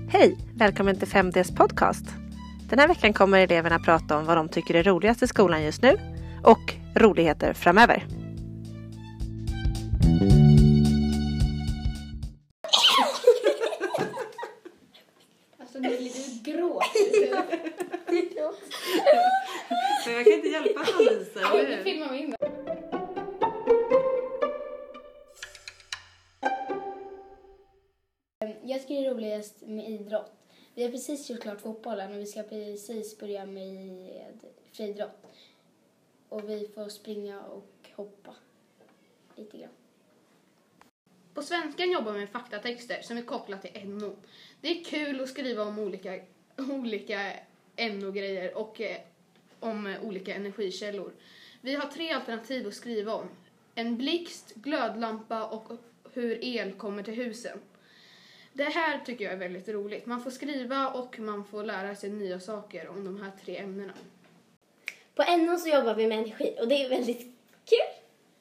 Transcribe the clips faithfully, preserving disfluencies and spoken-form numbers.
Hej, välkommen till fem D's podcast. Den här veckan kommer eleverna prata om vad de tycker är roligast i skolan just nu och roligheter framöver. Alltså det är lite gråt. Men jag kan inte hjälpa Alice. Oj, nu filmar vi in det. Jag tycker det är roligast med idrott. Vi har precis gjort klart fotbollen och vi ska precis börja med friidrott. Och vi får springa och hoppa lite grann. På svenskan jobbar vi med faktatexter som är kopplat till N O. Det är kul att skriva om olika, olika N O-grejer och eh, om eh, olika energikällor. Vi har tre alternativ att skriva om. En blixt, glödlampa och hur el kommer till husen. Det här tycker jag är väldigt roligt. Man får skriva och man får lära sig nya saker om de här tre ämnena. På N O så jobbar vi med energi och det är väldigt kul.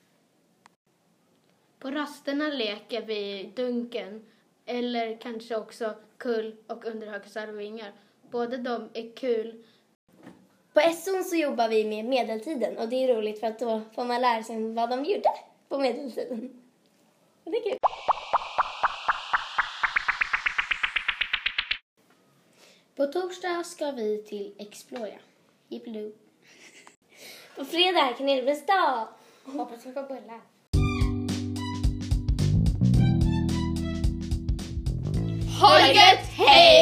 På rasterna leker vi dunken eller kanske också kull och underhögsarvingar. Båda de är kul. På S O så jobbar vi med medeltiden och det är roligt för att då får man lära sig vad de gjorde på medeltiden. Och det är kul. På torsdag ska vi till Exploria. Jippeloo. På fredag är kanelbullens dag. Hoppas vi får bullar. Ha det gött, hej!